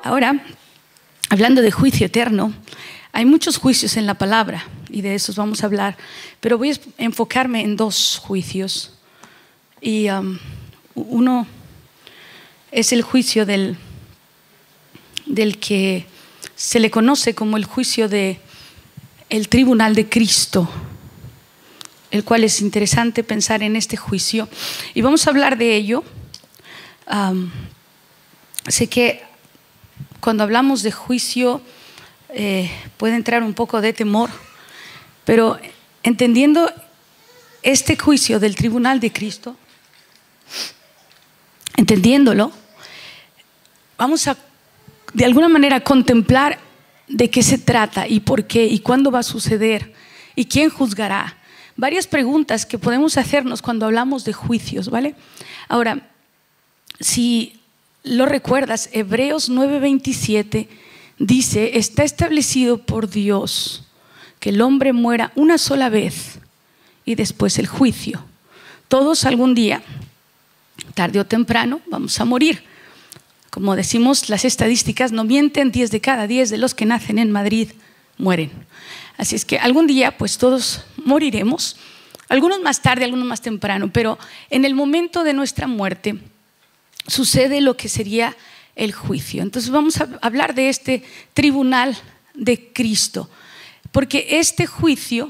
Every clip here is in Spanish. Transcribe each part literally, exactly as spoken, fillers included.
Ahora, hablando de juicio eterno, hay muchos juicios en la palabra y de esos vamos a hablar, pero voy a enfocarme en dos juicios. Y um, uno es el juicio del, del que se le conoce como el juicio de el tribunal de Cristo, el cual es interesante pensar en este juicio y vamos a hablar de ello. Um, sé que cuando hablamos de juicio eh, puede entrar un poco de temor, pero entendiendo este juicio del tribunal de Cristo, entendiéndolo, vamos a de alguna manera contemplar de qué se trata y por qué y cuándo va a suceder y quién juzgará. Varias preguntas que podemos hacernos cuando hablamos de juicios, ¿vale? Ahora, si lo recuerdas, Hebreos nueve veintisiete dice: está establecido por Dios que el hombre muera una sola vez y después el juicio. Todos algún día, tarde o temprano, vamos a morir. Como decimos, las estadísticas no mienten, diez de cada diez de los que nacen en Madrid mueren. Así es que algún día pues todos moriremos, algunos más tarde, algunos más temprano, pero en el momento de nuestra muerte sucede lo que sería el juicio. Entonces vamos a hablar de este tribunal de Cristo, porque este juicio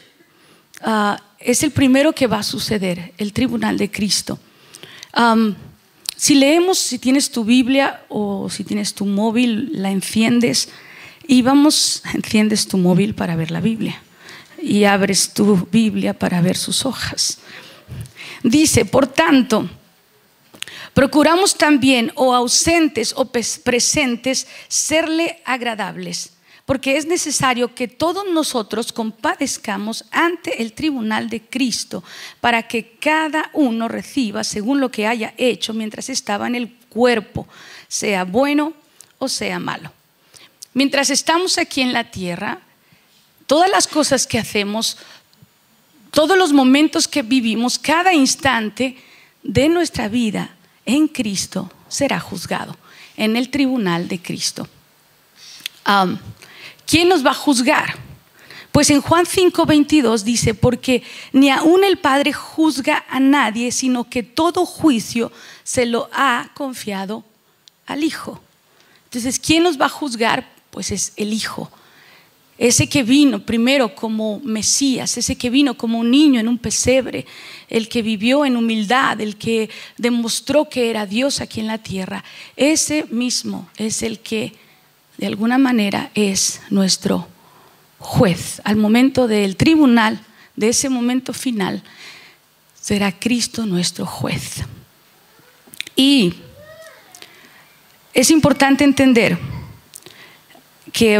uh, es el primero que va a suceder, el tribunal de Cristo. Um, si leemos, si tienes tu Biblia o si tienes tu móvil, la enciendes y vamos, enciendes tu móvil para ver la Biblia y abres tu Biblia para ver sus hojas. Dice: por tanto, procuramos también, o ausentes o presentes, serle agradables, porque es necesario que todos nosotros compadezcamos ante el tribunal de Cristo, para que cada uno reciba según lo que haya hecho mientras estaba en el cuerpo, sea bueno o sea malo. Mientras estamos aquí en la tierra, todas las cosas que hacemos, todos los momentos que vivimos, cada instante de nuestra vida en Cristo será juzgado en el tribunal de Cristo. Um, ¿Quién nos va a juzgar? Pues en Juan cinco veintidós dice: porque ni aun el Padre juzga a nadie, sino que todo juicio se lo ha confiado al Hijo. Entonces, ¿quién nos va a juzgar? Pues es el Hijo, ese que vino primero como Mesías, ese que vino como un niño en un pesebre, el que vivió en humildad, el que demostró que era Dios aquí en la tierra. Ese mismo es el que de alguna manera es nuestro juez. Al momento del tribunal, de ese momento final, será Cristo nuestro juez. Y es importante entender que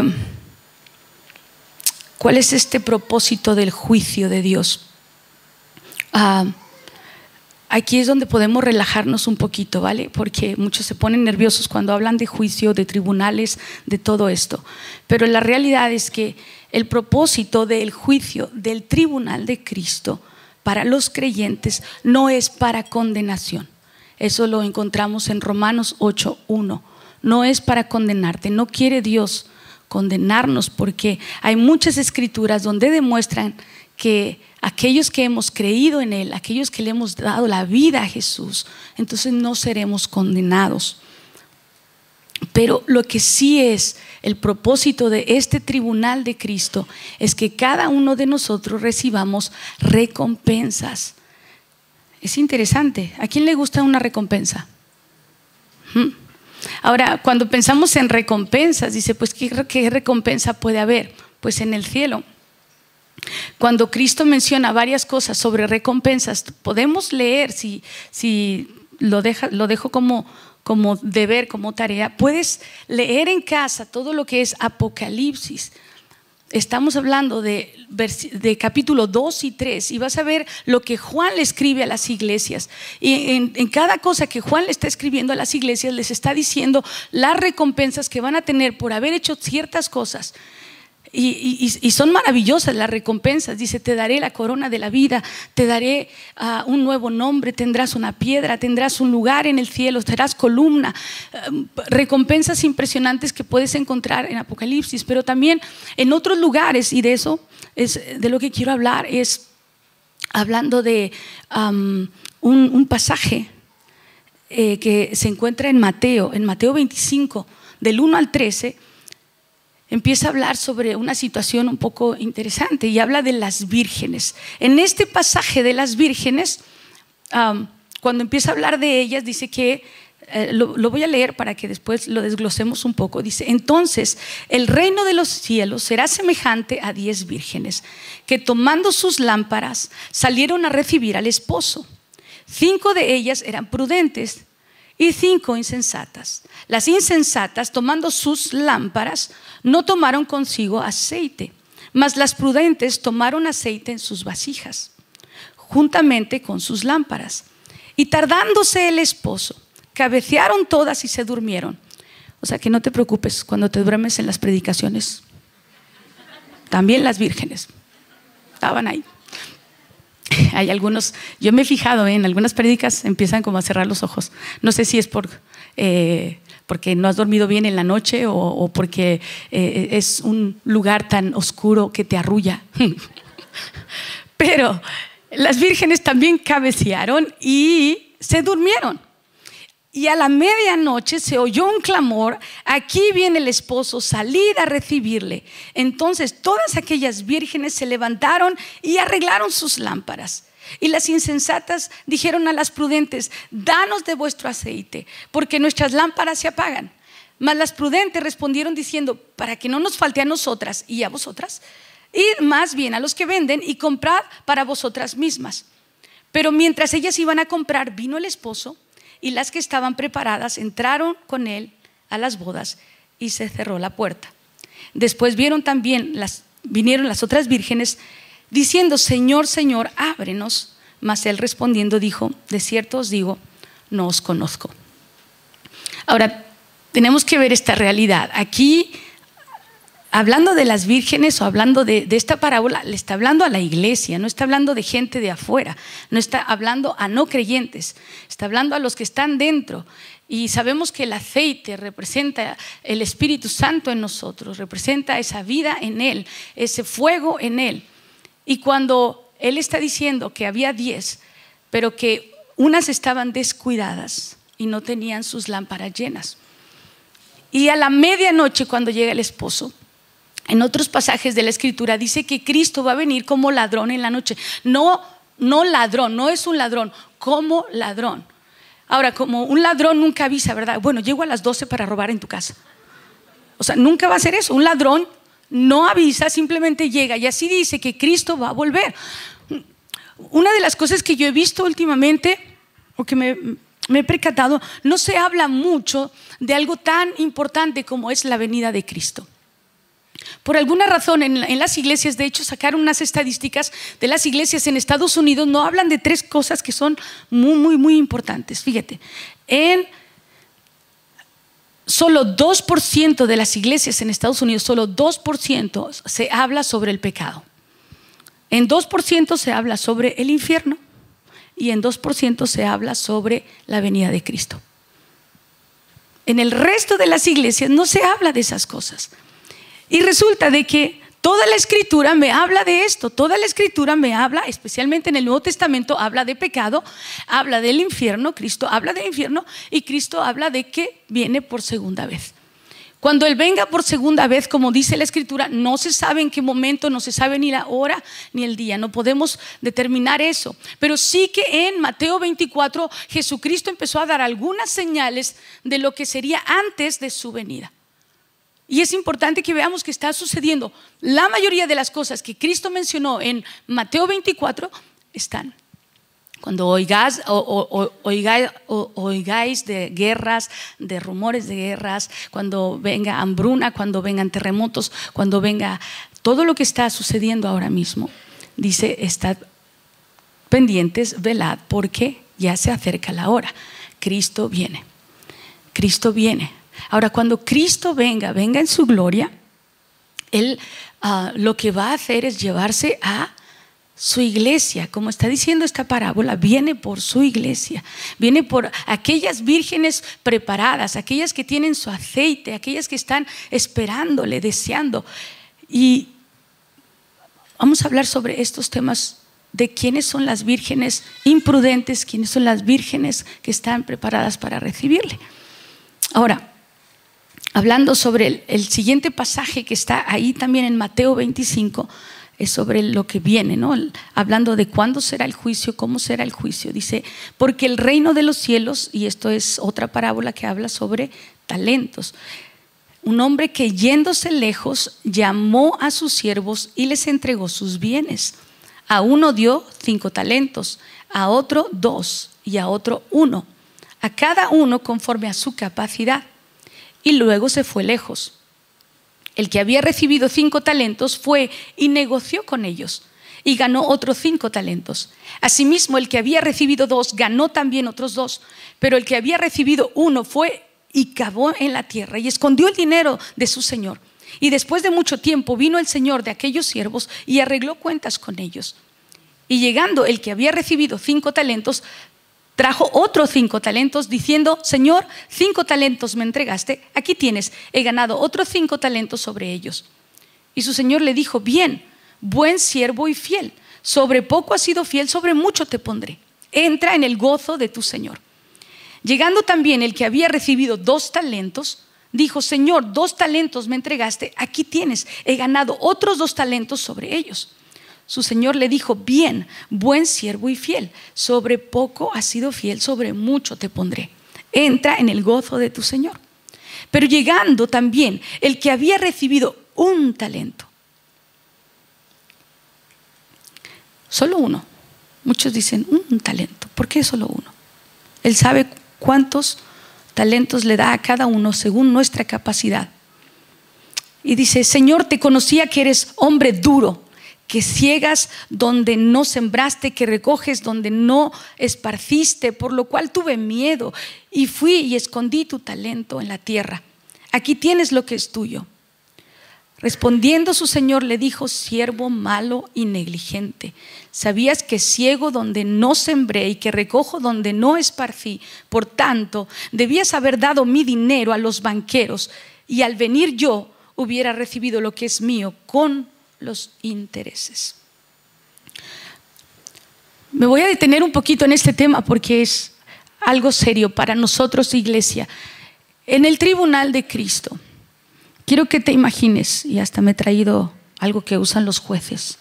¿cuál es este propósito del juicio de Dios? Uh, aquí es donde podemos relajarnos un poquito, ¿vale? Porque muchos se ponen nerviosos cuando hablan de juicio, de tribunales, de todo esto. Pero la realidad es que el propósito del juicio, del tribunal de Cristo para los creyentes no es para condenación. Eso lo encontramos en Romanos ocho uno. No es para condenarte, no quiere Dios condenarnos, porque hay muchas escrituras donde demuestran que aquellos que hemos creído en Él, aquellos que le hemos dado la vida a Jesús, entonces no seremos condenados. Pero lo que sí es el propósito de este tribunal de Cristo es que cada uno de nosotros recibamos recompensas. Es interesante. ¿A quién le gusta una recompensa? ¿Mm? Ahora, cuando pensamos en recompensas, dice, pues ¿qué, qué recompensa puede haber? Pues en el cielo. Cuando Cristo menciona varias cosas sobre recompensas, podemos leer, si, si lo, deja, lo dejo como, como deber, como tarea, puedes leer en casa todo lo que es Apocalipsis. Estamos hablando de, de capítulo dos y tres y vas a ver lo que Juan le escribe a las iglesias, y en, en cada cosa que Juan le está escribiendo a las iglesias les está diciendo las recompensas que van a tener por haber hecho ciertas cosas. Y, y, y son maravillosas las recompensas. Dice, te daré la corona de la vida, te daré uh, un nuevo nombre, tendrás una piedra, tendrás un lugar en el cielo, serás columna. Uh, recompensas impresionantes que puedes encontrar en Apocalipsis, pero también en otros lugares. Y de eso es de lo que quiero hablar, es hablando de um, un, un pasaje eh, que se encuentra en Mateo, en Mateo veinticinco, del uno al trece. Empieza a hablar sobre una situación un poco interesante y habla de las vírgenes. En este pasaje de las vírgenes, um, cuando empieza a hablar de ellas, dice que, eh, lo, lo voy a leer para que después lo desglosemos un poco. Dice, entonces el reino de los cielos será semejante a diez vírgenes que tomando sus lámparas salieron a recibir al esposo. Cinco de ellas eran prudentes y cinco insensatas. Las insensatas, tomando sus lámparas, no tomaron consigo aceite, mas las prudentes tomaron aceite en sus vasijas, juntamente con sus lámparas. Y tardándose el esposo, cabecearon todas y se durmieron. O sea que no te preocupes cuando te duermes en las predicaciones. También las vírgenes estaban ahí. Hay algunos, yo me he fijado ¿eh? en algunas prédicas empiezan como a cerrar los ojos. No sé si es por, eh, porque no has dormido bien en la noche o, o porque eh, es un lugar tan oscuro que te arrulla. Pero las vírgenes también cabecearon y se durmieron. Y a la medianoche se oyó un clamor, aquí viene el esposo, salid a recibirle. Entonces todas aquellas vírgenes se levantaron y arreglaron sus lámparas. Y las insensatas dijeron a las prudentes, danos de vuestro aceite, porque nuestras lámparas se apagan. Mas las prudentes respondieron diciendo, para que no nos falte a nosotras y a vosotras, id más bien a los que venden y comprad para vosotras mismas. Pero mientras ellas iban a comprar, vino el esposo, y las que estaban preparadas entraron con él a las bodas y se cerró la puerta. Después vieron también las, vinieron las otras vírgenes diciendo, Señor, Señor, ábrenos. Mas él respondiendo dijo, de cierto os digo, no os conozco. Ahora, tenemos que ver esta realidad. Aquí, hablando de las vírgenes o hablando de, de esta parábola, le está hablando a la iglesia, no está hablando de gente de afuera, no está hablando a no creyentes, está hablando a los que están dentro. Y sabemos que el aceite representa el Espíritu Santo en nosotros, representa esa vida en Él, ese fuego en Él. Y cuando Él está diciendo que había diez, pero que unas estaban descuidadas y no tenían sus lámparas llenas. Y a la medianoche cuando llega el esposo, en otros pasajes de la Escritura dice que Cristo va a venir como ladrón en la noche. No, no ladrón, no es un ladrón, como ladrón. Ahora, como un ladrón nunca avisa, ¿verdad? Bueno, llego a las doce para robar en tu casa. O sea, nunca va a hacer eso. Un ladrón no avisa, simplemente llega. Y así dice que Cristo va a volver. Una de las cosas que yo he visto últimamente, o que me, me he percatado, no se habla mucho de algo tan importante como es la venida de Cristo. Por alguna razón en, en las iglesias, de hecho sacaron unas estadísticas de las iglesias en Estados Unidos, no hablan de tres cosas que son muy, muy, muy importantes. Fíjate, en solo dos por ciento de las iglesias en Estados Unidos, solo dos por ciento se habla sobre el pecado. En dos por ciento se habla sobre el infierno y en dos por ciento se habla sobre la venida de Cristo. En el resto de las iglesias no se habla de esas cosas. Y resulta de que toda la Escritura me habla de esto. Toda la Escritura me habla, especialmente en el Nuevo Testamento, habla de pecado, habla del infierno. Cristo habla del infierno y Cristo habla de que viene por segunda vez. Cuando Él venga por segunda vez, como dice la Escritura, no se sabe en qué momento, no se sabe ni la hora ni el día. No podemos determinar eso. Pero sí que en Mateo veinticuatro Jesucristo empezó a dar algunas señales de lo que sería antes de su venida. Y es importante que veamos que está sucediendo. La mayoría de las cosas que Cristo mencionó en Mateo veinticuatro están. Cuando oigáis, o, o, oigáis, o, oigáis de guerras, de rumores de guerras, cuando venga hambruna, cuando vengan terremotos, cuando venga todo lo que está sucediendo ahora mismo, dice, estad pendientes, velad, porque ya se acerca la hora. Cristo viene. Cristo viene. Ahora, cuando Cristo venga, venga en su gloria, Él uh, lo que va a hacer es llevarse a su iglesia. Como está diciendo esta parábola, viene por su iglesia, viene por aquellas vírgenes preparadas, aquellas que tienen su aceite, aquellas que están esperándole, deseando. Y vamos a hablar sobre estos temas de quiénes son las vírgenes imprudentes, quiénes son las vírgenes que están preparadas para recibirle. Ahora, hablando sobre el, el siguiente pasaje que está ahí también en Mateo veinticinco, es sobre lo que viene, ¿no? Hablando de cuándo será el juicio, cómo será el juicio. Dice, porque el reino de los cielos, y esto es otra parábola que habla sobre talentos. Un hombre que yéndose lejos llamó a sus siervos y les entregó sus bienes. A uno dio cinco talentos, a otro dos y a otro uno, a cada uno conforme a su capacidad. Y luego se fue lejos. El que había recibido cinco talentos fue y negoció con ellos y ganó otros cinco talentos. Asimismo, el que había recibido dos ganó también otros dos. Pero el que había recibido uno fue y cavó en la tierra y escondió el dinero de su señor. Y después de mucho tiempo vino el señor de aquellos siervos y arregló cuentas con ellos. Y llegando el que había recibido cinco talentos, trajo otros cinco talentos diciendo, Señor, cinco talentos me entregaste, aquí tienes, he ganado otros cinco talentos sobre ellos. Y su señor le dijo, bien, buen siervo y fiel, sobre poco has sido fiel, sobre mucho te pondré, entra en el gozo de tu señor. Llegando también el que había recibido dos talentos, dijo, Señor, dos talentos me entregaste, aquí tienes, he ganado otros dos talentos sobre ellos. Su señor le dijo, bien, buen siervo y fiel, sobre poco has sido fiel, sobre mucho te pondré, entra en el gozo de tu señor. Pero llegando también el que había recibido un talento, solo uno, muchos dicen un talento, ¿por qué solo uno? Él sabe cuántos talentos le da a cada uno según nuestra capacidad. Y dice, Señor, te conocía que eres hombre duro, que ciegas donde no sembraste, que recoges donde no esparciste, por lo cual tuve miedo y fui y escondí tu talento en la tierra. Aquí tienes lo que es tuyo. Respondiendo su señor le dijo, siervo malo y negligente, sabías que ciego donde no sembré y que recojo donde no esparcí, por tanto debías haber dado mi dinero a los banqueros y al venir yo hubiera recibido lo que es mío con los intereses. Me voy a detener un poquito en este tema porque es algo serio para nosotros, iglesia. En el tribunal de Cristo, quiero que te imagines, y hasta me he traído algo que usan los jueces.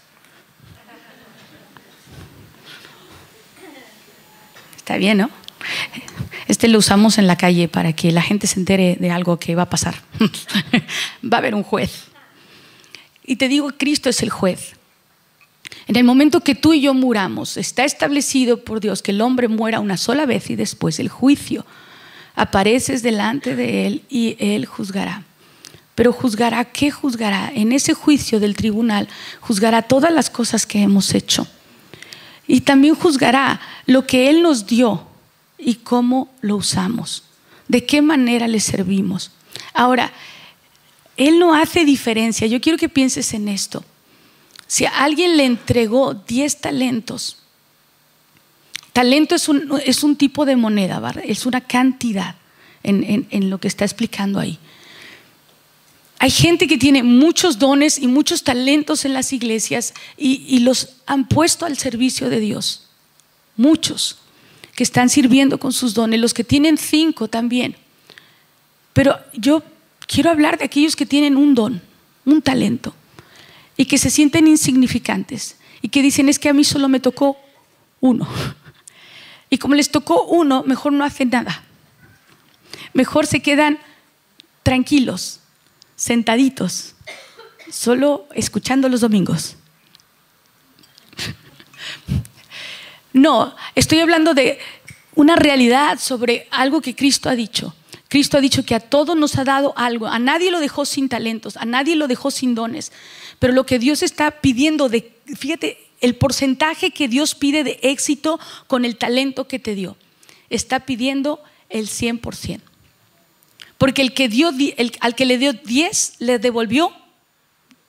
Está bien, ¿no? Este lo usamos en la calle para que la gente se entere de algo que va a pasar. Va a haber un juez. Y te digo, Cristo es el juez. En el momento que tú y yo muramos, está establecido por Dios que el hombre muera una sola vez y después el juicio. Apareces delante de Él y Él juzgará. Pero juzgará, ¿qué juzgará? En ese juicio del tribunal juzgará todas las cosas que hemos hecho. Y también juzgará lo que Él nos dio y cómo lo usamos. De qué manera le servimos. Ahora, Él no hace diferencia. Yo quiero que pienses en esto. Si a alguien le entregó diez talentos, talento es un, es un tipo de moneda, ¿verdad? Es una cantidad en, en, en lo que está explicando ahí. Hay gente que tiene muchos dones y muchos talentos en las iglesias y, y los han puesto al servicio de Dios. Muchos que están sirviendo con sus dones, los que tienen cinco también. Pero yo quiero hablar de aquellos que tienen un don, un talento y que se sienten insignificantes y que dicen, es que a mí solo me tocó uno. Y como les tocó uno, mejor no hacen nada. Mejor se quedan tranquilos, sentaditos, solo escuchando los domingos. No, estoy hablando de una realidad sobre algo que Cristo ha dicho. Cristo ha dicho que a todos nos ha dado algo. A nadie lo dejó sin talentos, a nadie lo dejó sin dones. Pero lo que Dios está pidiendo, de, fíjate, el porcentaje que Dios pide de éxito con el talento que te dio, está pidiendo el cien por ciento. Porque el que dio, el, al que le dio diez, le devolvió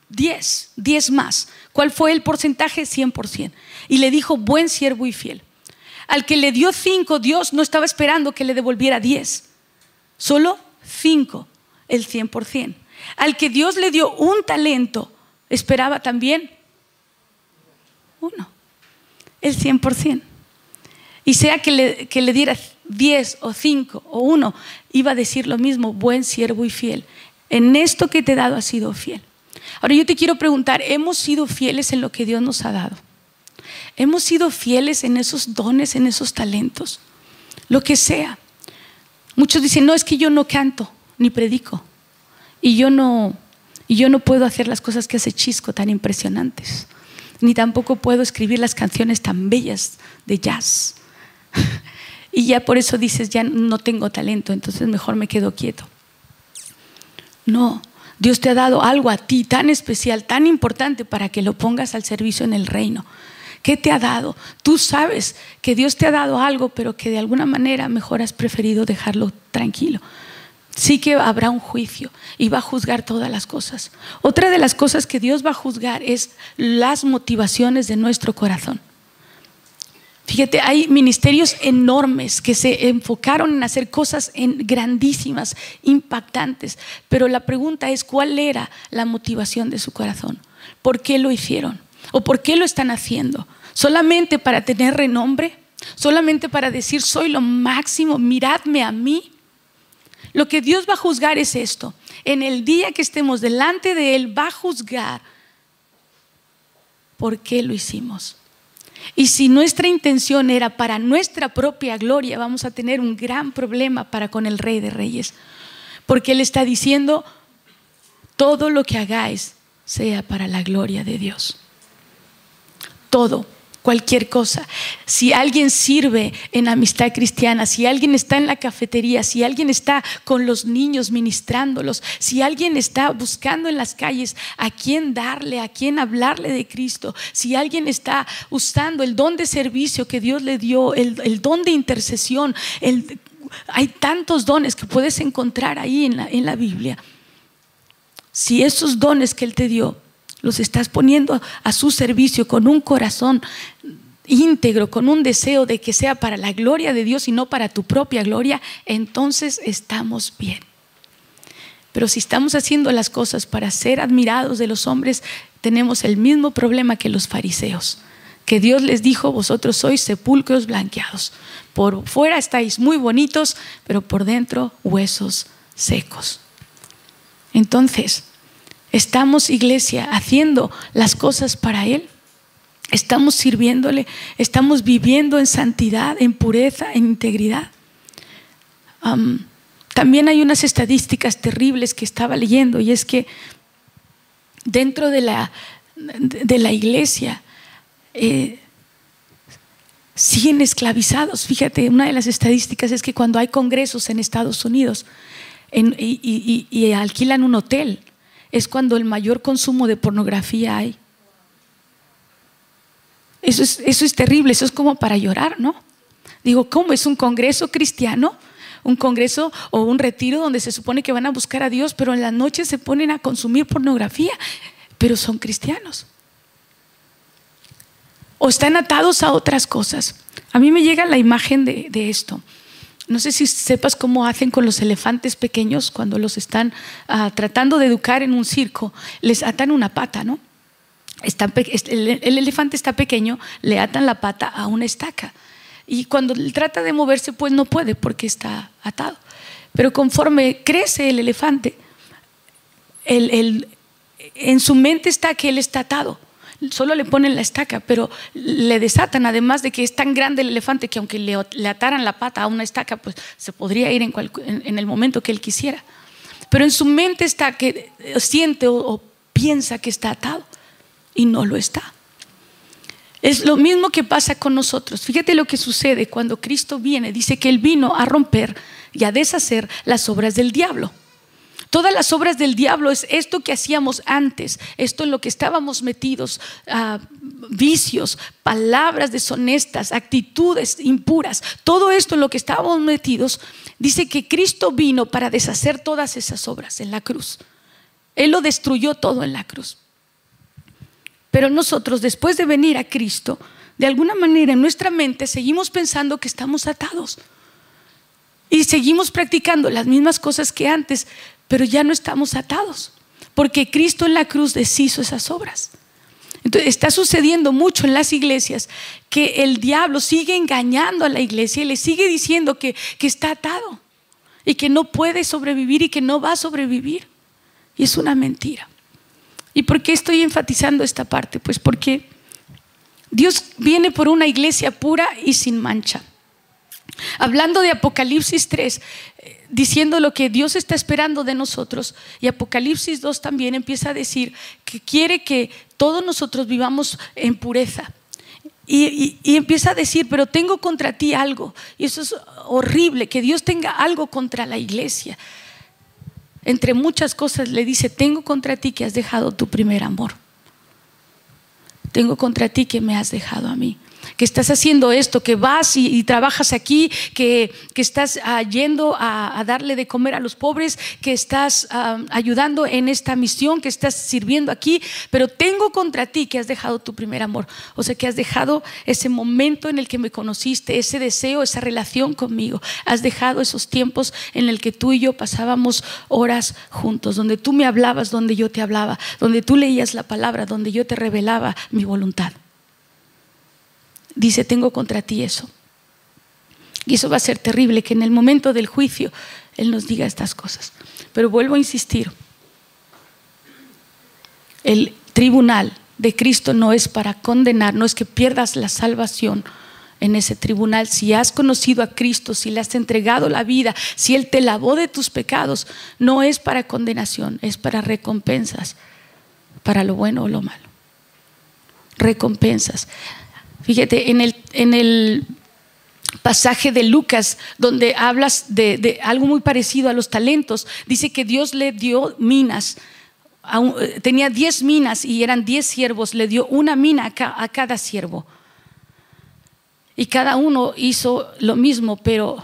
diez, diez más. ¿Cuál fue el porcentaje? cien por ciento. Y le dijo, buen siervo y fiel. Al que le dio cinco, Dios no estaba esperando que le devolviera diez, solo cinco, el cien por ciento. Al que Dios le dio un talento, esperaba también uno, el cien por ciento. Y sea que le, que le diera diez o cinco o uno, iba a decir lo mismo, buen siervo y fiel. En esto que te he dado has sido fiel. Ahora yo te quiero preguntar, ¿hemos sido fieles en lo que Dios nos ha dado? ¿Hemos sido fieles en esos dones, en esos talentos? Lo que sea. Muchos dicen, no, es que yo no canto ni predico. Y yo no, y yo no puedo hacer las cosas que hace Chisco tan impresionantes. Ni tampoco puedo escribir las canciones tan bellas de jazz. Y ya por eso dices, ya no tengo talento, entonces mejor me quedo quieto. No, Dios te ha dado algo a ti tan especial, tan importante para que lo pongas al servicio en el reino. ¿Qué te ha dado? Tú sabes que Dios te ha dado algo, pero que de alguna manera mejor has preferido dejarlo tranquilo. Sí que habrá un juicio y va a juzgar todas las cosas. Otra de las cosas que Dios va a juzgar es las motivaciones de nuestro corazón. Fíjate, hay ministerios enormes que se enfocaron en hacer cosas en grandísimas, impactantes, pero la pregunta es, ¿cuál era la motivación de su corazón? ¿Por qué lo hicieron? ¿O por qué lo están haciendo? ¿Solamente para tener renombre? ¿Solamente para decir soy lo máximo, miradme a mí? Lo que Dios va a juzgar es esto. En el día que estemos delante de Él, va a juzgar por qué lo hicimos. Y si nuestra intención era para nuestra propia gloria, vamos a tener un gran problema para con el Rey de Reyes. Porque Él está diciendo, todo lo que hagáis sea para la gloria de Dios. Todo, cualquier cosa. Si alguien sirve en Amistad Cristiana, si alguien está en la cafetería, si alguien está con los niños ministrándolos, si alguien está buscando en las calles a quién darle, a quién hablarle de Cristo, si alguien está usando el don de servicio que Dios le dio, el, el don de intercesión, el, hay tantos dones que puedes encontrar ahí en la, en la Biblia. Si esos dones que Él te dio los estás poniendo a su servicio con un corazón íntegro, con un deseo de que sea para la gloria de Dios y no para tu propia gloria, entonces estamos bien. Pero si estamos haciendo las cosas para ser admirados de los hombres, tenemos el mismo problema que los fariseos, que Dios les dijo, vosotros sois sepulcros blanqueados, por fuera estáis muy bonitos, pero por dentro huesos secos. Entonces, ¿estamos, iglesia, haciendo las cosas para Él? ¿Estamos sirviéndole? ¿Estamos viviendo en santidad, en pureza, en integridad? Um, también hay unas estadísticas terribles que estaba leyendo, y es que dentro de la, de la iglesia eh, siguen esclavizados. Fíjate, una de las estadísticas es que cuando hay congresos en Estados Unidos en, y, y, y, y alquilan un hotel, es cuando el mayor consumo de pornografía hay. Eso es, eso es terrible, eso es como para llorar, ¿no? Digo, ¿cómo? ¿Es un congreso cristiano? Un congreso o un retiro donde se supone que van a buscar a Dios, pero en la noche se ponen a consumir pornografía, pero son cristianos. O están atados a otras cosas. A mí me llega la imagen de, de esto. No sé si sepas cómo hacen con los elefantes pequeños cuando los están uh, tratando de educar en un circo. Les atan una pata, ¿no? Está, el, el elefante está pequeño, le atan la pata a una estaca. Y cuando trata de moverse, pues no puede porque está atado. Pero conforme crece el elefante, el, el, en su mente está que él está atado. Solo le ponen la estaca, pero le desatan, además de que es tan grande el elefante que aunque le, le ataran la pata a una estaca, pues se podría ir en, cual, en, en el momento que él quisiera. Pero en su mente está que siente o, o piensa que está atado y no lo está. Es lo mismo que pasa con nosotros. Fíjate lo que sucede cuando Cristo viene. Dice que Él vino a romper y a deshacer las obras del diablo. Todas las obras del diablo es esto que hacíamos antes, esto en lo que estábamos metidos, uh, vicios, palabras deshonestas, actitudes impuras, todo esto en lo que estábamos metidos. Dice que Cristo vino para deshacer todas esas obras en la cruz. Él lo destruyó todo en la cruz. Pero nosotros, después de venir a Cristo, de alguna manera en nuestra mente seguimos pensando que estamos atados y seguimos practicando las mismas cosas que antes, pero ya no estamos atados, porque Cristo en la cruz deshizo esas obras. Entonces está sucediendo mucho en las iglesias que el diablo sigue engañando a la iglesia y le sigue diciendo que, que está atado y que no puede sobrevivir y que no va a sobrevivir. Y es una mentira. ¿Y por qué estoy enfatizando esta parte? Pues porque Dios viene por una iglesia pura y sin mancha. Hablando de Apocalipsis tres, eh, diciendo lo que Dios está esperando de nosotros, y Apocalipsis dos también empieza a decir que quiere que todos nosotros vivamos en pureza. Y, y, y empieza a decir, pero tengo contra ti algo. Y eso es horrible, que Dios tenga algo contra la iglesia. Entre muchas cosas le dice, tengo contra ti que has dejado tu primer amor. Tengo contra ti que me has dejado a mí, que estás haciendo esto, que vas y, y trabajas aquí, que, que estás uh, yendo a, a darle de comer a los pobres, que estás uh, ayudando en esta misión, que estás sirviendo aquí, pero tengo contra ti que has dejado tu primer amor. O sea, que has dejado ese momento en el que me conociste, ese deseo, esa relación conmigo. Has dejado esos tiempos en el que tú y yo pasábamos horas juntos, donde tú me hablabas, donde yo te hablaba, donde tú leías la palabra, donde yo te revelaba mi voluntad. Dice, tengo contra ti eso. Y eso va a ser terrible, que en el momento del juicio Él nos diga estas cosas. Pero vuelvo a insistir, el tribunal de Cristo no es para condenar, no es que pierdas la salvación en ese tribunal. Si has conocido a Cristo, si le has entregado la vida, si Él te lavó de tus pecados, no es para condenación, es para recompensas, para lo bueno o lo malo. Recompensas. Fíjate, en el, en el pasaje de Lucas, donde hablas de, de algo muy parecido a los talentos, dice que Dios le dio minas. A un, tenía diez minas y eran diez siervos, le dio una mina a, ca, a cada siervo. Y cada uno hizo lo mismo, pero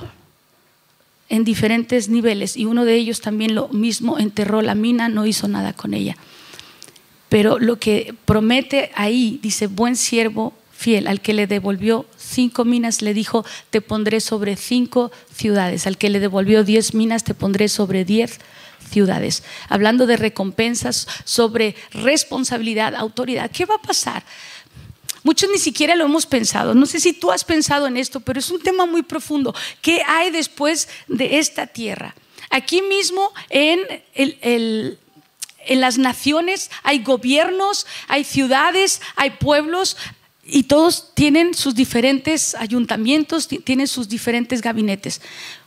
en diferentes niveles. Y uno de ellos también lo mismo, enterró la mina, no hizo nada con ella. Pero lo que promete ahí, dice, buen siervo fiel, al que le devolvió cinco minas le dijo, te pondré sobre cinco ciudades. Al que le devolvió diez minas te pondré sobre diez ciudades. Hablando de recompensas, sobre responsabilidad, autoridad. ¿Qué va a pasar? Muchos ni siquiera lo hemos pensado. No sé si tú has pensado en esto, pero es un tema muy profundo. ¿Qué hay después de esta tierra? Aquí mismo en el, el en las naciones hay gobiernos, hay ciudades, hay pueblos, y todos tienen sus diferentes ayuntamientos, tienen sus diferentes gabinetes.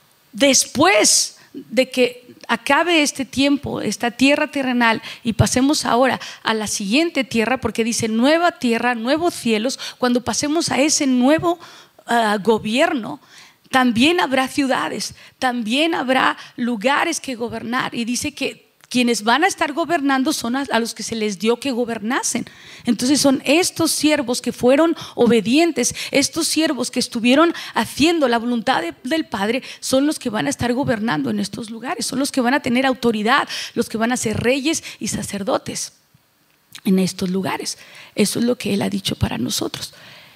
Después de que acabe este tiempo, esta tierra terrenal, y pasemos ahora a la siguiente tierra, porque dice nueva tierra, nuevos cielos, cuando pasemos a ese nuevo uh, gobierno, también habrá ciudades, también habrá lugares que gobernar. Y dice que quienes van a estar gobernando son a, a los que se les dio que gobernasen. Entonces son estos siervos que fueron obedientes, estos siervos que estuvieron haciendo la voluntad de, del Padre, son los que van a estar gobernando en estos lugares, son los que van a tener autoridad, los que van a ser reyes y sacerdotes en estos lugares. Eso es lo que Él ha dicho para nosotros.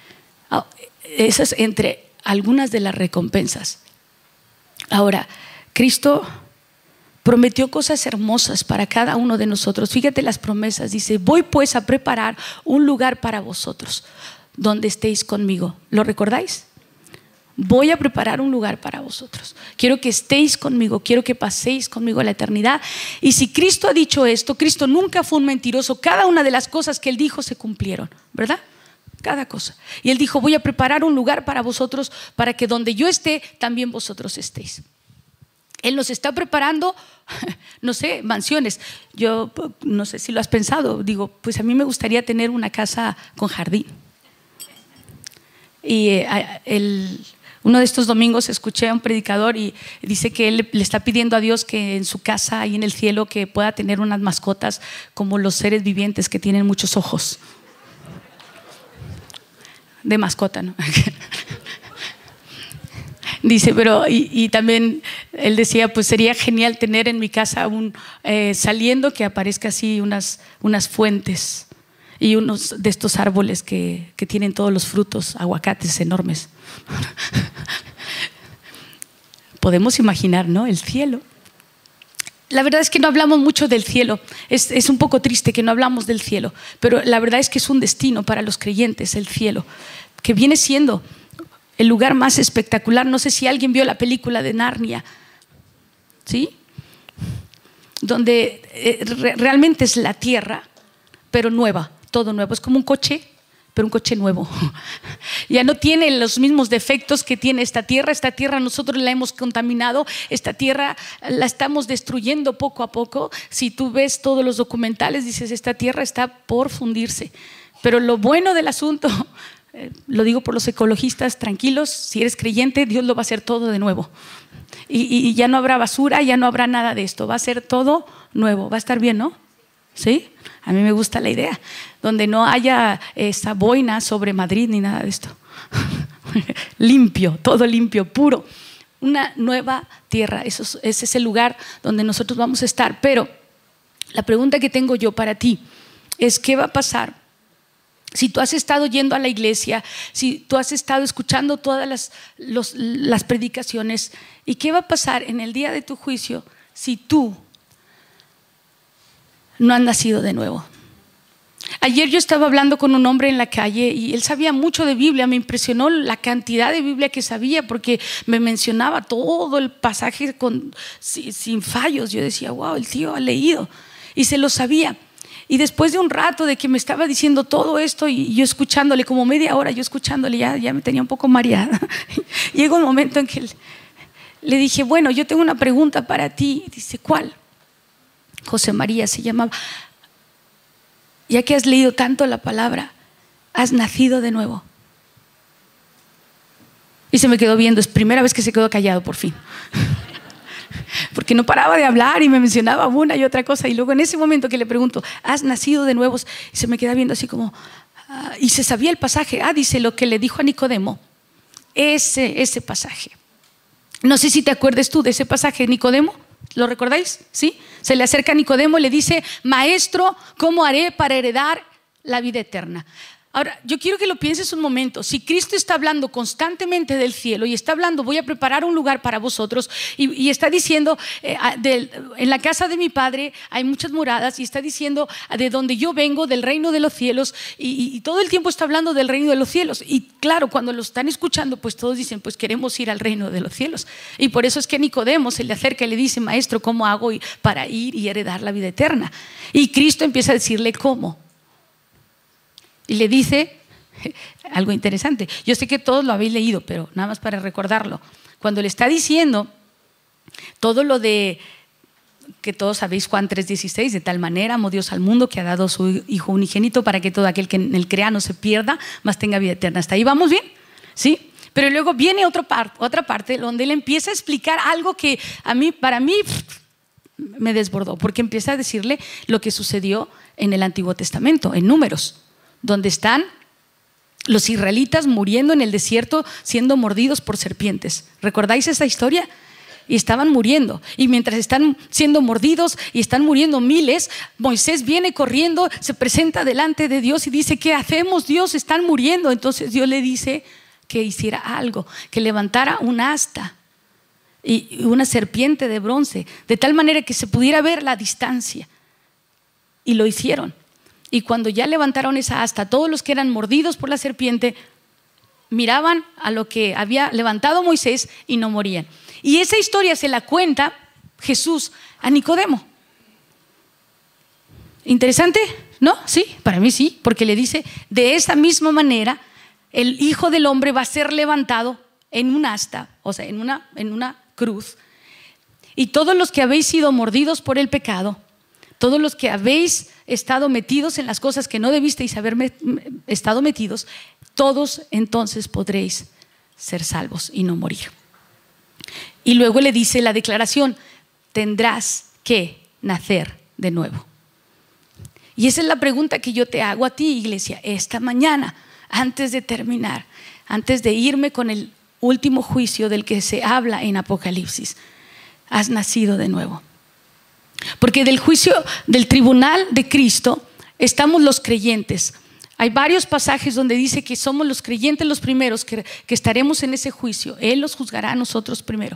Esas entre algunas de las recompensas. Ahora, Cristo prometió cosas hermosas para cada uno de nosotros. Fíjate las promesas. Dice, voy pues a preparar un lugar para vosotros donde estéis conmigo. ¿Lo recordáis? Voy a preparar un lugar para vosotros. Quiero que estéis conmigo, quiero que paséis conmigo a la eternidad. Y si Cristo ha dicho esto, Cristo nunca fue un mentiroso. Cada una de las cosas que Él dijo se cumplieron, ¿verdad? Cada cosa. Y Él dijo, voy a preparar un lugar para vosotros, para que donde yo esté, también vosotros estéis. Él nos está preparando, no sé, mansiones. Yo no sé si lo has pensado. Digo, pues a mí me gustaría tener una casa con jardín. Y eh, el, uno de estos domingos escuché a un predicador y dice que él le está pidiendo a Dios que en su casa y en el cielo que pueda tener unas mascotas como los seres vivientes que tienen muchos ojos. De mascota, ¿no? Dice, pero y, y también él decía, pues sería genial tener en mi casa un eh, saliendo que aparezca así unas, unas fuentes. y unos de estos árboles que, que tienen todos los frutos, aguacates enormes. Podemos imaginar, ¿no? El cielo. La verdad es que no hablamos mucho del cielo. Es, es un poco triste que no hablamos del cielo, pero la verdad es que es un destino para los creyentes, el cielo, que viene siendo el lugar más espectacular. No sé si alguien vio la película de Narnia, ¿sí? Donde eh, re, realmente es la tierra, pero nueva, todo nuevo. Es como un coche, pero un coche nuevo. Ya no tiene los mismos defectos que tiene esta tierra. Esta tierra nosotros la hemos contaminado, esta tierra la estamos destruyendo poco a poco. Si tú ves todos los documentales, dices, esta tierra está por fundirse. Pero lo bueno del asunto, eh, lo digo por los ecologistas, tranquilos, si eres creyente, Dios lo va a hacer todo de nuevo. Y, y, y ya no habrá basura, ya no habrá nada de esto, va a ser todo nuevo. Va a estar bien, ¿no? ¿Sí? A mí me gusta la idea, donde no haya esa boina sobre Madrid ni nada de esto. Limpio, todo limpio, puro. Una nueva tierra, eso es, ese es el lugar donde nosotros vamos a estar. Pero la pregunta que tengo yo para ti es: ¿qué va a pasar si tú has estado yendo a la iglesia, si tú has estado escuchando todas las, los, las predicaciones? ¿Y qué va a pasar en el día de tu juicio si tú no has nacido de nuevo? Ayer yo estaba hablando con un hombre en la calle y él sabía mucho de Biblia. Me impresionó la cantidad de Biblia que sabía, porque me mencionaba todo el pasaje con, sin, sin fallos. Yo decía, wow, el tío ha leído y se lo sabía. Y después de un rato de que me estaba diciendo todo esto y yo escuchándole, como media hora yo escuchándole, ya, ya me tenía un poco mareada. Llegó un momento en que él, le dije, bueno, yo tengo una pregunta para ti. Dice, ¿cuál? José María se llamaba. Ya que has leído tanto la palabra, ¿has nacido de nuevo? Y se me quedó viendo. Es primera vez que se quedó callado por fin, porque no paraba de hablar y me mencionaba una y otra cosa. Y luego en ese momento que le pregunto, ¿has nacido de nuevo? Y se me queda viendo así como, ah, y se sabía el pasaje. Ah, dice lo que le dijo a Nicodemo. Ese, ese pasaje. No sé si te acuerdas tú de ese pasaje, Nicodemo. ¿Lo recordáis? ¿Sí? Se le acerca a Nicodemo y le dice, maestro, ¿cómo haré para heredar la vida eterna? Ahora, yo quiero que lo pienses un momento. Si Cristo está hablando constantemente del cielo y está hablando, voy a preparar un lugar para vosotros, y, y está diciendo, eh, de, en la casa de mi Padre hay muchas moradas, y está diciendo de donde yo vengo, del reino de los cielos, y, y, y todo el tiempo está hablando del reino de los cielos. Y claro, cuando lo están escuchando, pues todos dicen, pues queremos ir al reino de los cielos. Y por eso es que Nicodemo se le acerca y le dice, maestro, ¿cómo hago para ir y heredar la vida eterna? Y Cristo empieza a decirle cómo. Y le dice algo interesante. Yo sé que todos lo habéis leído, pero nada más para recordarlo. Cuando le está diciendo todo lo de que todos sabéis, Juan tres dieciséis, de tal manera amó Dios al mundo que ha dado su Hijo unigénito para que todo aquel que en él crea no se pierda, mas tenga vida eterna. ¿Hasta ahí vamos bien? ¿Sí? Pero luego viene otra parte, otra parte donde él empieza a explicar algo que a mí, para mí me desbordó, porque empieza a decirle lo que sucedió en el Antiguo Testamento, en Números, donde están los israelitas muriendo en el desierto, siendo mordidos por serpientes. ¿Recordáis esa historia? Y estaban muriendo, y mientras están siendo mordidos y están muriendo miles, Moisés viene corriendo, se presenta delante de Dios y dice, ¿qué hacemos, Dios? Están muriendo. Entonces Dios le dice que hiciera algo, que levantara un asta y una serpiente de bronce, de tal manera que se pudiera ver la distancia. Y lo hicieron. Y cuando ya levantaron esa asta, todos los que eran mordidos por la serpiente miraban a lo que había levantado Moisés y no morían. Y esa historia se la cuenta Jesús a Nicodemo. ¿Interesante? ¿No? Sí, para mí sí, porque le dice, de esa misma manera el Hijo del Hombre va a ser levantado en un asta, o sea, en una, en una cruz. Y todos los que habéis sido mordidos por el pecado, todos los que habéis estado metidos en las cosas que no debisteis haber met- estado metidos, todos entonces podréis ser salvos y no morir. Y luego le dice la declaración, tendrás que nacer de nuevo. Y esa es la pregunta que yo te hago a ti, iglesia, esta mañana, antes de terminar, antes de irme con el último juicio del que se habla en Apocalipsis. ¿Has nacido de nuevo? Porque del juicio del tribunal de Cristo estamos los creyentes. Hay varios pasajes donde dice que somos los creyentes los primeros que, que estaremos en ese juicio. Él los juzgará a nosotros primero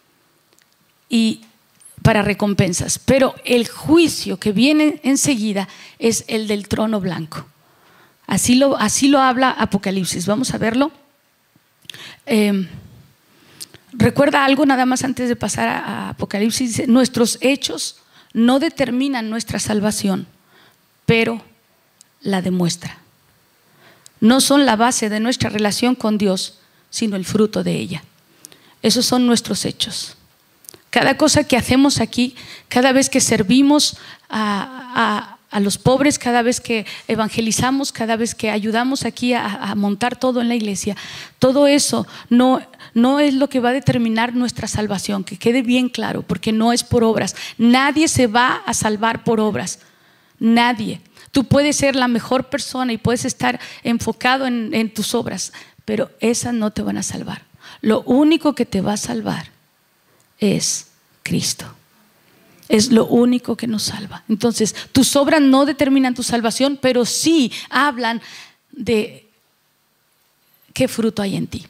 y para recompensas. Pero el juicio que viene enseguida es el del trono blanco. Así lo, así lo habla Apocalipsis. Vamos a verlo. Eh, recuerda algo nada más antes de pasar a, a Apocalipsis. Dice, nuestros hechos no determinan nuestra salvación, pero la demuestra. No son la base de nuestra relación con Dios, sino el fruto de ella. Esos son nuestros hechos. Cada cosa que hacemos aquí, cada vez que servimos a, a, a los pobres, cada vez que evangelizamos, cada vez que ayudamos aquí a, a montar todo en la iglesia, todo eso no, no es lo que va a determinar nuestra salvación, que quede bien claro, porque no es por obras. Nadie se va a salvar por obras, nadie. Tú puedes ser la mejor persona y puedes estar enfocado en, en tus obras, pero esas no te van a salvar. Lo único que te va a salvar es Cristo. Es lo único que nos salva. Entonces, tus obras no determinan tu salvación, pero sí hablan de qué fruto hay en ti.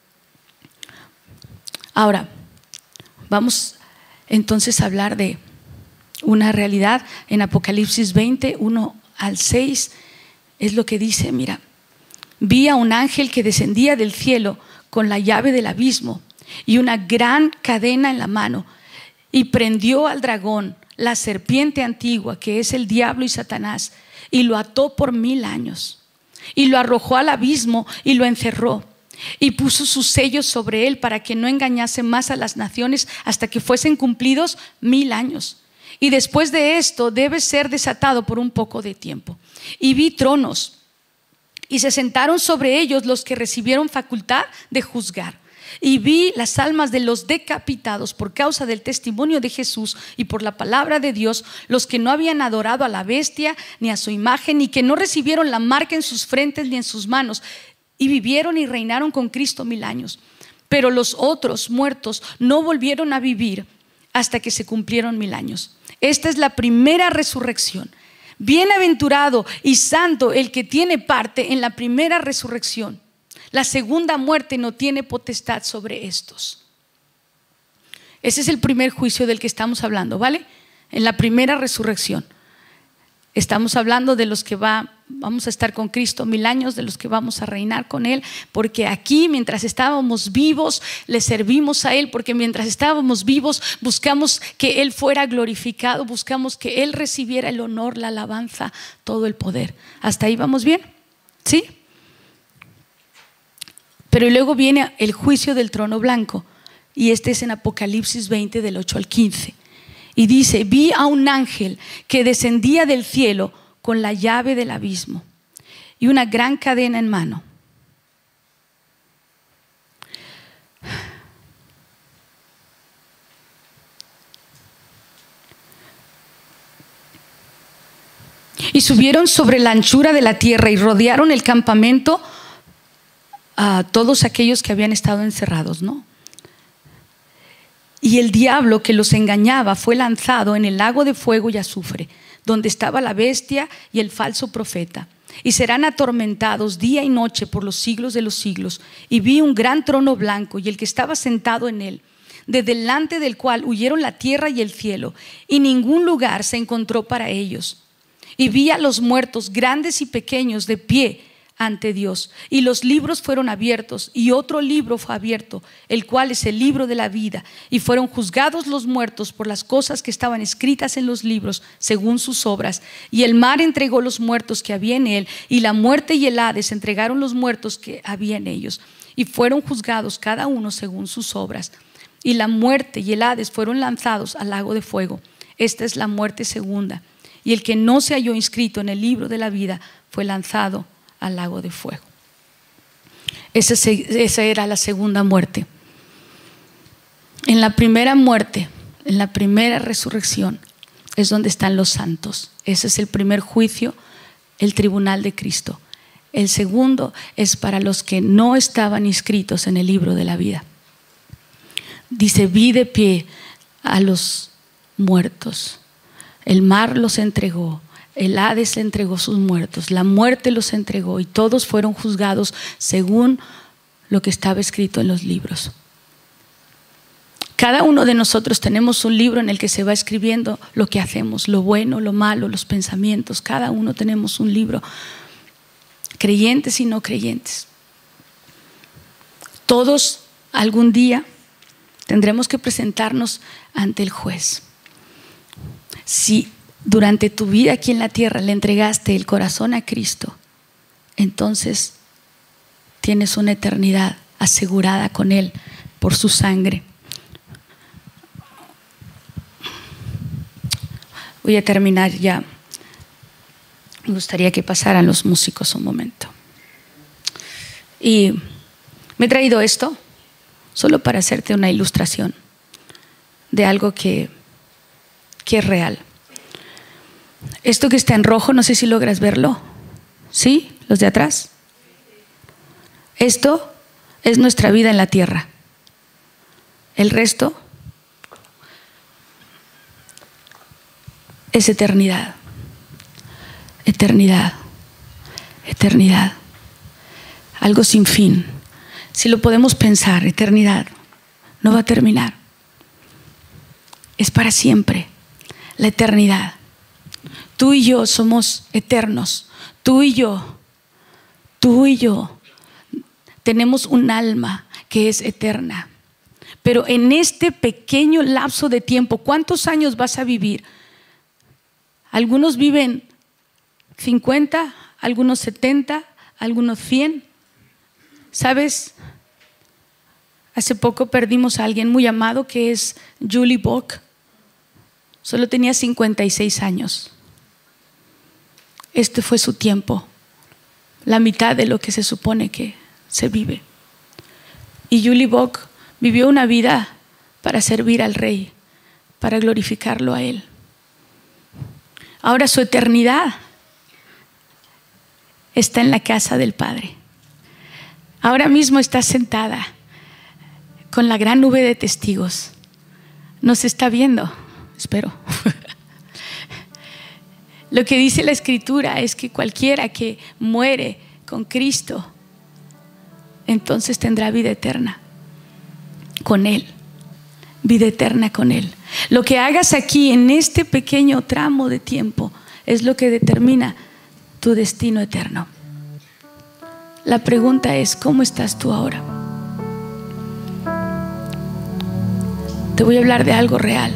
Ahora, vamos entonces a hablar de una realidad en Apocalipsis veinte, uno al seis, es lo que dice, mira, vi a un ángel que descendía del cielo con la llave del abismo y una gran cadena en la mano, y prendió al dragón, la serpiente antigua, que es el diablo y Satanás, y lo ató por mil años, y lo arrojó al abismo y lo encerró, y puso sus sellos sobre él para que no engañase más a las naciones hasta que fuesen cumplidos mil años. Y después de esto debe ser desatado por un poco de tiempo. Y vi tronos, y se sentaron sobre ellos los que recibieron facultad de juzgar. Y vi las almas de los decapitados por causa del testimonio de Jesús y por la palabra de Dios, los que no habían adorado a la bestia ni a su imagen, y que no recibieron la marca en sus frentes ni en sus manos, y vivieron y reinaron con Cristo mil años. Pero los otros muertos no volvieron a vivir hasta que se cumplieron mil años. Esta es la primera resurrección. Bienaventurado y santo el que tiene parte en la primera resurrección. La segunda muerte no tiene potestad sobre estos. Ese es el primer juicio del que estamos hablando, ¿vale? En la primera resurrección. Estamos hablando de los que va, vamos a estar con Cristo mil años, de los que vamos a reinar con Él, porque aquí mientras estábamos vivos le servimos a Él, porque mientras estábamos vivos buscamos que Él fuera glorificado, buscamos que Él recibiera el honor, la alabanza, todo el poder. ¿Hasta ahí vamos bien? ¿Sí? Pero luego viene el juicio del trono blanco, y este es en Apocalipsis veinte del ocho al quince. Y dice, vi a un ángel que descendía del cielo con la llave del abismo y una gran cadena en mano. Y subieron sobre la anchura de la tierra y rodearon el campamento a todos aquellos que habían estado encerrados, ¿no? Y el diablo que los engañaba fue lanzado en el lago de fuego y azufre, donde estaba la bestia y el falso profeta, y serán atormentados día y noche por los siglos de los siglos. Y vi un gran trono blanco y el que estaba sentado en él, de delante del cual huyeron la tierra y el cielo, y ningún lugar se encontró para ellos. Y vi a los muertos, grandes y pequeños, de pie ante Dios, y los libros fueron abiertos, y otro libro fue abierto, el cual es el libro de la vida, y fueron juzgados los muertos por las cosas que estaban escritas en los libros según sus obras. Y el mar entregó los muertos que había en él, y la muerte y el Hades entregaron los muertos que había en ellos, y fueron juzgados cada uno según sus obras. Y la muerte y el Hades fueron lanzados al lago de fuego. Esta es la muerte segunda, y el que no se halló inscrito en el libro de la vida fue lanzado al lago de fuego. Esa, esa era la segunda muerte. En la primera muerte, en la primera resurrección, es donde están los santos. Ese es el primer juicio, el tribunal de Cristo. El segundo es para los que no estaban inscritos en el libro de la vida. Dice, vi de pie a los muertos. El mar los entregó. el Hades le entregó sus muertos, la muerte los entregó y todos fueron juzgados según lo que estaba escrito en los libros. Cada uno de nosotros tenemos un libro en el que se va escribiendo lo que hacemos, lo bueno, lo malo, los pensamientos. Cada uno tenemos un libro, creyentes y no creyentes. Todos algún día tendremos que presentarnos ante el juez. Si durante tu vida aquí en la tierra le entregaste el corazón a Cristo, entonces tienes una eternidad asegurada con Él por su sangre. Voy a terminar ya. Me gustaría que pasaran los músicos un momento. Y me he traído esto solo para hacerte una ilustración de algo que, que es real. Esto que está en rojo, no sé si logras verlo. ¿Sí? ¿Los de atrás? Esto es nuestra vida en la tierra. El resto es eternidad. Eternidad. Eternidad. Algo sin fin. Si lo podemos pensar, eternidad no va a terminar. Es para siempre. La eternidad. Tú y yo somos eternos. Tú y yo, tú y yo tenemos un alma que es eterna. Pero en este pequeño lapso de tiempo, ¿cuántos años vas a vivir? Algunos viven cincuenta, algunos setenta, algunos cien. ¿Sabes? Hace poco perdimos a alguien muy amado que es Julie Bock. Solo tenía cincuenta y seis años. Este fue su tiempo, la mitad de lo que se supone que se vive. Y Julie Bock vivió una vida para servir al Rey, para glorificarlo a Él. Ahora su eternidad está en la casa del Padre. Ahora mismo está sentada con la gran nube de testigos. Nos está viendo, espero. Lo que dice la Escritura es que cualquiera que muere con Cristo, entonces tendrá vida eterna con Él. Vida eterna con Él. Lo que hagas aquí en este pequeño tramo de tiempo es lo que determina tu destino eterno. La pregunta es, ¿cómo estás tú ahora? Te voy a hablar de algo real.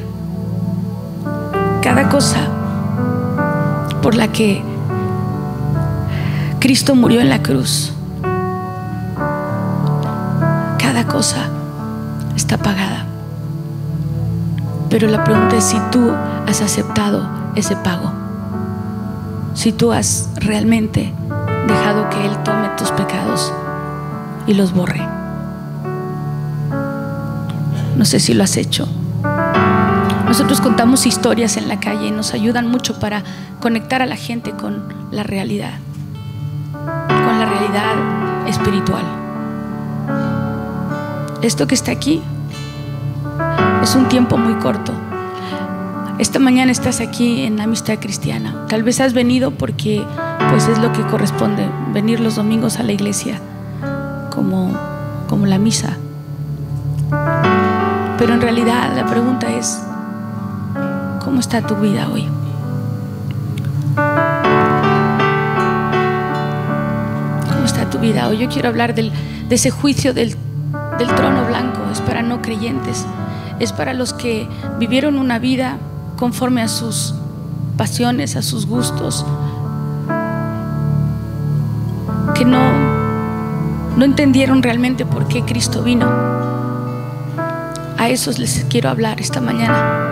Cada cosa por la que Cristo murió en la cruz, cada cosa está pagada. Pero la pregunta es si tú has aceptado ese pago, si tú has realmente dejado que Él tome tus pecados y los borre. No sé si lo has hecho. Nosotros contamos historias en la calle y nos ayudan mucho para conectar a la gente con la realidad, con la realidad espiritual. Esto que está aquí es un tiempo muy corto. Esta mañana estás aquí en Amistad Cristiana. Tal vez has venido porque pues es lo que corresponde, venir los domingos a la iglesia como, como la misa. Pero en realidad la pregunta es, ¿cómo está tu vida hoy? ¿Cómo está tu vida hoy? Yo quiero hablar del, de ese juicio del, del trono blanco. Es para no creyentes. Es para los que vivieron una vida conforme a sus pasiones, a sus gustos, que no, no entendieron realmente por qué Cristo vino. A esos les quiero hablar esta mañana.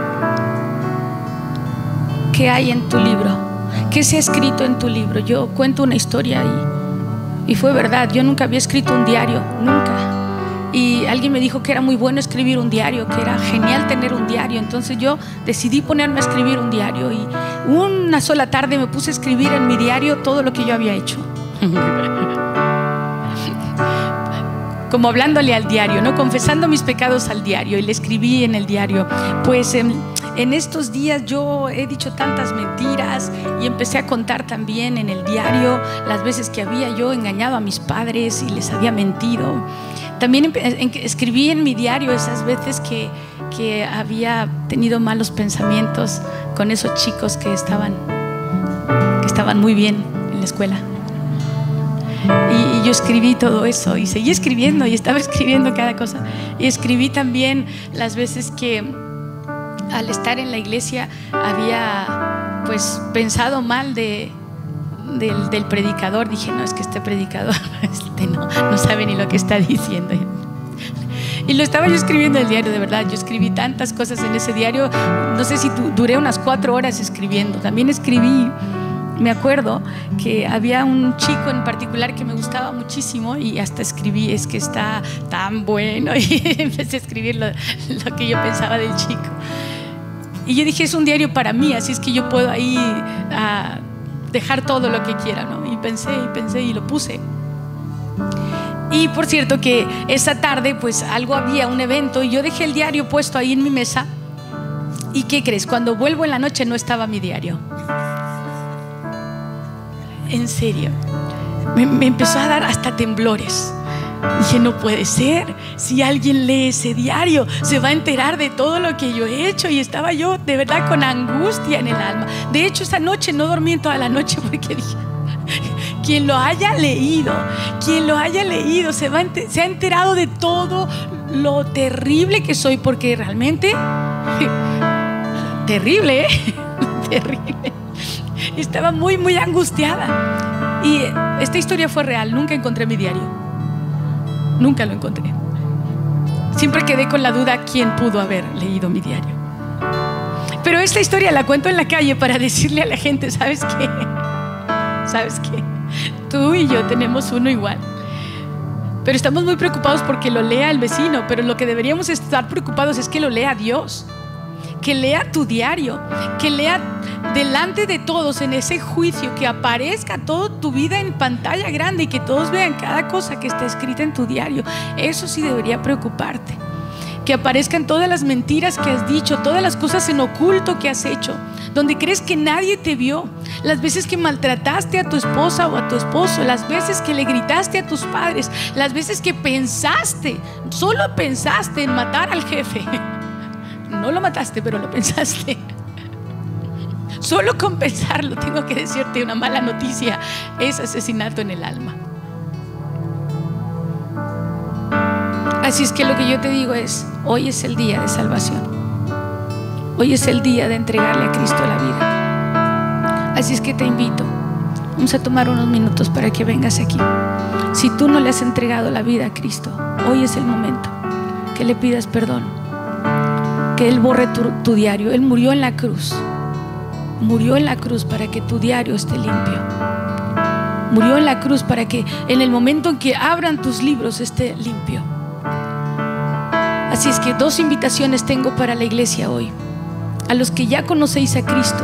¿Qué hay en tu libro? ¿Qué se ha escrito en tu libro? Yo cuento una historia y, y fue verdad. Yo nunca había escrito un diario, nunca. Y alguien me dijo que era muy bueno escribir un diario, que era genial tener un diario. Entonces yo decidí ponerme a escribir un diario y una sola tarde me puse a escribir en mi diario todo lo que yo había hecho. Como hablándole al diario, ¿no? Confesando mis pecados al diario. Y le escribí en el diario, pues eh, en estos días yo he dicho tantas mentiras y empecé a contar también en el diario las veces que había yo engañado a mis padres y les había mentido. También escribí en mi diario esas veces que, que había tenido malos pensamientos con esos chicos que estaban, que estaban muy bien en la escuela. Y, y yo escribí todo eso y seguí escribiendo y estaba escribiendo cada cosa. Y escribí también las veces que al estar en la iglesia había pues pensado mal de, del, del predicador. Dije, no, es que este predicador este no, no sabe ni lo que está diciendo. Y lo estaba yo escribiendo en el diario, de verdad. Yo escribí tantas cosas en ese diario. No sé si tu, duré unas cuatro horas escribiendo. También escribí, me acuerdo que había un chico en particular que me gustaba muchísimo y hasta escribí, es que está tan bueno, y empecé a escribir lo, lo que yo pensaba del chico. Y yo dije, es un diario para mí, así es que yo puedo ahí uh, dejar todo lo que quiera, ¿no? Y pensé y pensé y lo puse. Y por cierto que esa tarde pues algo había, un evento, y yo dejé el diario puesto ahí en mi mesa. ¿Y qué crees? Cuando vuelvo en la noche no estaba mi diario. En serio, me, me empezó a dar hasta temblores. Dije, no puede ser, si alguien lee ese diario se va a enterar de todo lo que yo he hecho. Y estaba yo de verdad con angustia en el alma. De hecho, esa noche no dormí en toda la noche porque dije, quien lo haya leído, quien lo haya leído se, va, se ha enterado de todo lo terrible que soy, porque realmente terrible, ¿eh? Terrible. Estaba muy, muy angustiada. Y esta historia fue real. Nunca encontré mi diario. Nunca lo encontré. Siempre quedé con la duda quién pudo haber leído mi diario. Pero esta historia la cuento en la calle para decirle a la gente, ¿sabes qué? ¿Sabes qué? Tú y yo tenemos uno igual. Pero estamos muy preocupados porque lo lea el vecino. Pero lo que deberíamos estar preocupados es que lo lea Dios. Que lea tu diario, que lea delante de todos en ese juicio, que aparezca toda tu vida en pantalla grande y que todos vean cada cosa que está escrita en tu diario. Eso sí debería preocuparte. Que aparezcan todas las mentiras que has dicho, todas las cosas en oculto que has hecho, donde crees que nadie te vio, las veces que maltrataste a tu esposa o a tu esposo, las veces que le gritaste a tus padres, las veces que pensaste, solo pensaste en matar al jefe. No lo mataste, pero lo pensaste. Solo con pensarlo, tengo que decirte una mala noticia, es asesinato en el alma. Así es que lo que yo te digo es, hoy es el día de salvación. Hoy es el día de entregarle a Cristo la vida. Así es que te invito, vamos a tomar unos minutos para que vengas aquí. Si tú no le has entregado la vida a Cristo, hoy es el momento que le pidas perdón, que Él borre tu, tu diario. Él murió en la cruz. Murió en la cruz para que tu diario esté limpio. Murió en la cruz para que en el momento en que abran tus libros esté limpio. Así es que dos invitaciones tengo para la iglesia hoy. A los que ya conocéis a Cristo,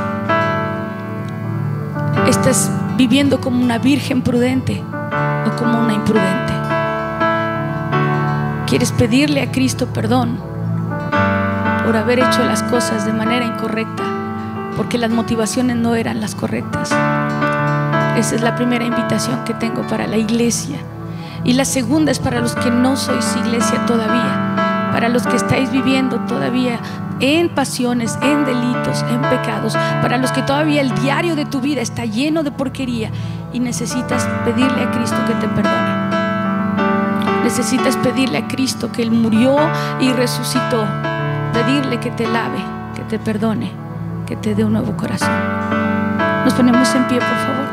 estás viviendo como una virgen prudente o como una imprudente. Quieres pedirle a Cristo perdón por haber hecho las cosas de manera incorrecta, porque las motivaciones no eran las correctas. Esa es la primera invitación que tengo para la iglesia. Y la segunda es para los que no sois iglesia todavía, para los que estáis viviendo todavía en pasiones, en delitos, en pecados, para los que todavía el diario de tu vida está lleno de porquería y necesitas pedirle a Cristo que te perdone. Necesitas pedirle a Cristo que Él murió y resucitó. Pedirle que te lave, que te perdone, que te dé un nuevo corazón. Nos ponemos en pie, por favor.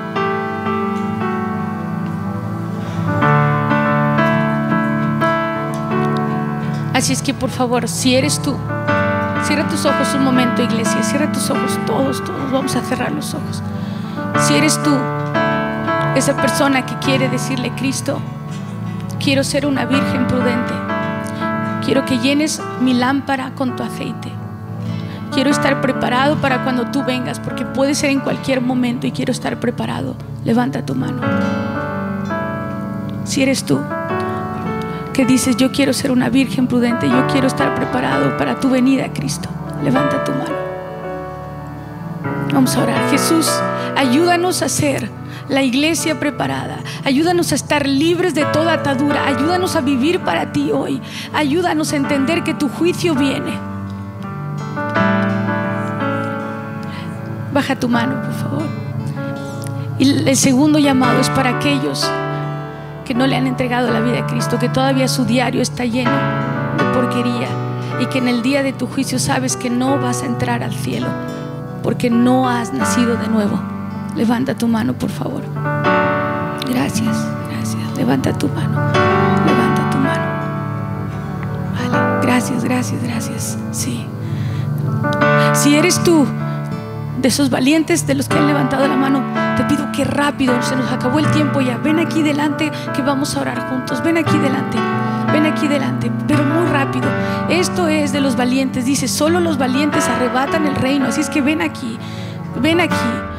Así es que por favor, si eres tú, cierra tus ojos un momento, iglesia. Cierra tus ojos, todos, todos vamos a cerrar los ojos. Si eres tú, esa persona que quiere decirle, Cristo, quiero ser una virgen prudente, quiero que llenes mi lámpara con tu aceite, quiero estar preparado para cuando tú vengas, porque puede ser en cualquier momento y quiero estar preparado. Levanta tu mano. Si eres tú que dices, yo quiero ser una virgen prudente, yo quiero estar preparado para tu venida, Cristo, Levanta tu mano. Vamos a orar. Jesús, ayúdanos a ser la iglesia preparada. Ayúdanos a estar libres de toda atadura. Ayúdanos a vivir para ti hoy. Ayúdanos a entender que tu juicio viene. Baja tu mano, por favor. Y el segundo llamado es para aquellos que no le han entregado la vida a Cristo, que todavía su diario está lleno de porquería y que en el día de tu juicio sabes que no vas a entrar al cielo porque no has nacido de nuevo. Levanta tu mano, por favor. Gracias, gracias. Levanta tu mano. Levanta tu mano. Vale, gracias, gracias, gracias. Sí. Si eres tú de esos valientes de los que han levantado la mano, te pido que rápido, se nos acabó el tiempo ya. Ven aquí delante que vamos a orar juntos. Ven aquí delante. Ven aquí delante, pero muy rápido. Esto es de los valientes. Dice, solo los valientes arrebatan el reino. Así es que ven aquí. Ven aquí.